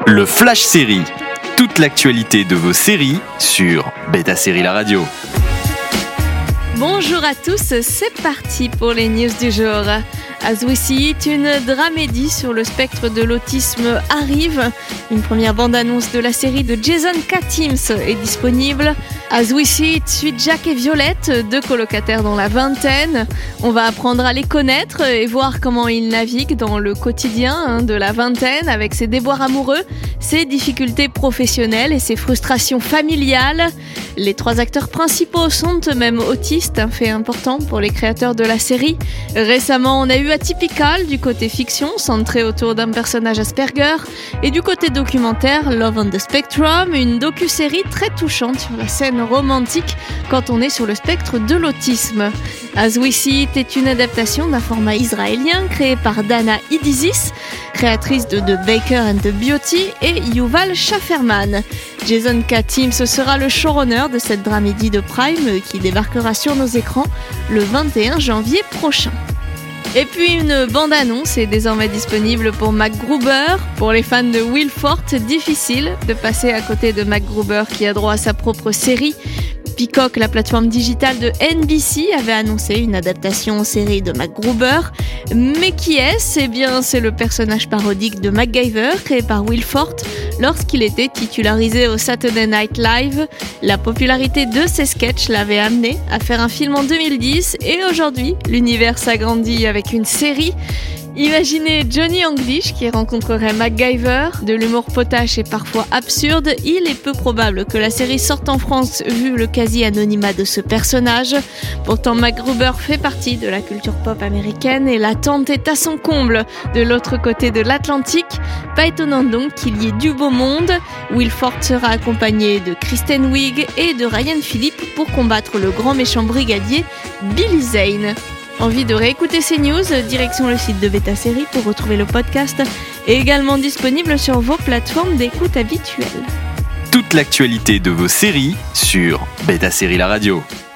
Le Flash Série. Toute l'actualité de vos séries sur Beta Série La Radio. Bonjour à tous, c'est parti pour les news du jour. As We See It, une dramédie sur le spectre de l'autisme arrive. Une première bande-annonce de la série de Jason Katims est disponible. As We See It suit Jack et Violette, deux colocataires dans la vingtaine. On va apprendre à les connaître et voir comment ils naviguent dans le quotidien de la vingtaine avec ses déboires amoureux, ses difficultés professionnelles et ses frustrations familiales. Les trois acteurs principaux sont eux-mêmes autistes, un fait important pour les créateurs de la série. Récemment, on a eu Atypical du côté fiction, centré autour d'un personnage Asperger, et du côté documentaire, Love on the Spectrum, une docu-série très touchante sur la scène romantique quand on est sur le spectre de l'autisme. As We See It est une adaptation d'un format israélien créé par Dana Idizis, créatrice de The Baker and the Beauty, et Yuval Schafferman. Jason Katims sera le showrunner de cette dramédie de Prime qui débarquera sur nos écrans le 21 janvier prochain. Et puis une bande-annonce est désormais disponible pour MacGruber. Pour les fans de Will Forte, difficile de passer à côté de MacGruber qui a droit à sa propre série. Peacock, la plateforme digitale de NBC, avait annoncé une adaptation en série de MacGruber. Mais qui est-ce ? Eh bien, c'est le personnage parodique de MacGyver, créé par Will Forte, lorsqu'il était titularisé au Saturday Night Live. La popularité de ses sketchs l'avait amené à faire un film en 2010, et aujourd'hui, l'univers s'agrandit avec une série. Imaginez Johnny English qui rencontrerait MacGyver, de l'humour potache et parfois absurde. Il est peu probable que la série sorte en France vu le quasi-anonymat de ce personnage. Pourtant, MacGruber fait partie de la culture pop américaine et l'attente est à son comble de l'autre côté de l'Atlantique. Pas étonnant donc qu'il y ait du beau monde. Will Forte sera accompagné de Kristen Wiig et de Ryan Phillippe pour combattre le grand méchant brigadier Billy Zane. Envie de réécouter ces news ? Direction le site de Beta Série pour retrouver le podcast, et également disponible sur vos plateformes d'écoute habituelles. Toute l'actualité de vos séries sur Beta Série La Radio.